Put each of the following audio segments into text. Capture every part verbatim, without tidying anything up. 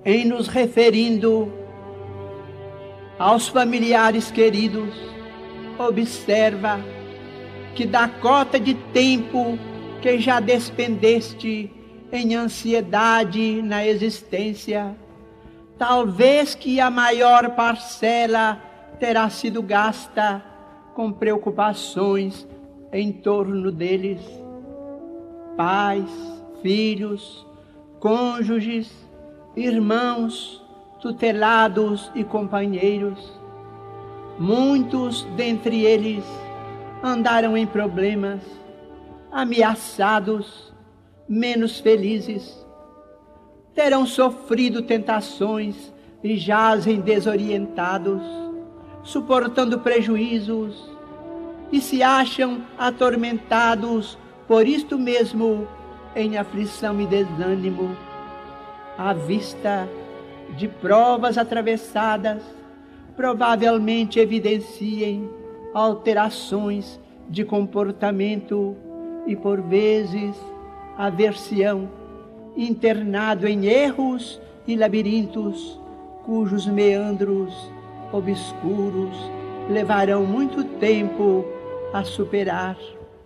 em nos referindo aos familiares queridos, observa que da cota de tempo que já despendeste em ansiedade na existência, talvez que a maior parcela terá sido gasta com preocupações em torno deles. Pais, filhos, cônjuges, irmãos, tutelados e companheiros. Muitos dentre eles andaram em problemas, ameaçados, menos felizes. Terão sofrido tentações e jazem desorientados, suportando prejuízos, e se acham atormentados por isto mesmo em aflição e desânimo, à vista de provas atravessadas, provavelmente evidenciem alterações de comportamento e, por vezes, aversão, internado em erros e labirintos, cujos meandros obscuros levarão muito tempo a superar.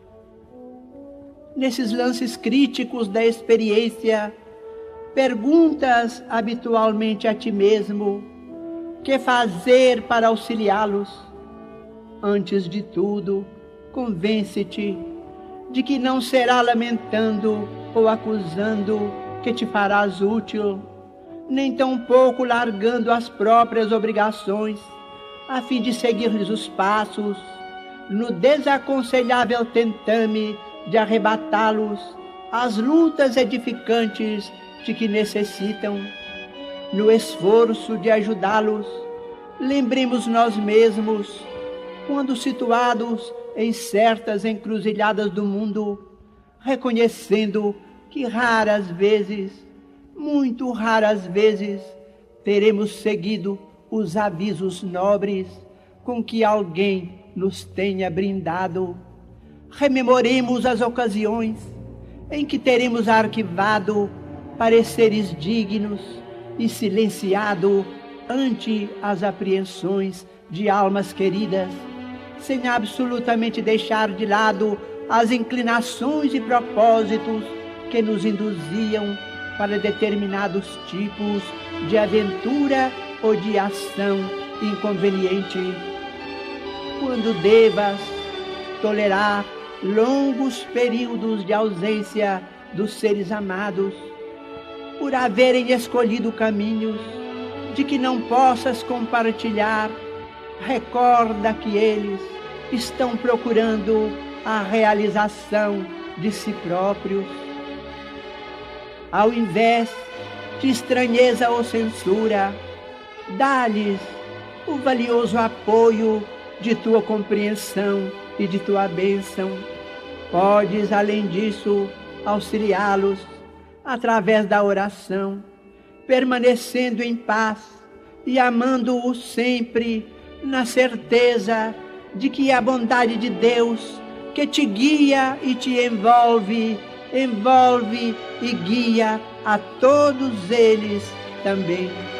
Nesses lances críticos da experiência, perguntas habitualmente a ti mesmo: que fazer para auxiliá-los? Antes de tudo, convence-te de que não será lamentando ou acusando que te farás útil, nem tampouco largando as próprias obrigações, a fim de seguir-lhes os passos, no desaconselhável tentame de arrebatá-los às lutas edificantes de que necessitam. No esforço de ajudá-los, lembremos nós mesmos, quando situados em certas encruzilhadas do mundo, reconhecendo que raras vezes, muito raras vezes, teremos seguido os avisos nobres com que alguém nos tenha brindado. Rememoremos as ocasiões em que teremos arquivado pareceres dignos e silenciado ante as apreensões de almas queridas, sem absolutamente deixar de lado as inclinações e propósitos que nos induziam para determinados tipos de aventura ou de ação inconveniente. Quando devas tolerar longos períodos de ausência dos seres amados, por haverem escolhido caminhos de que não possas compartilhar, recorda que eles estão procurando a realização de si próprios. Ao invés de estranheza ou censura, dá-lhes o valioso apoio de tua compreensão e de tua bênção. Podes, além disso, auxiliá-los através da oração, permanecendo em paz e amando-os sempre, na certeza de que a bondade de Deus, que te guia e te envolve, envolve e guia a todos eles também.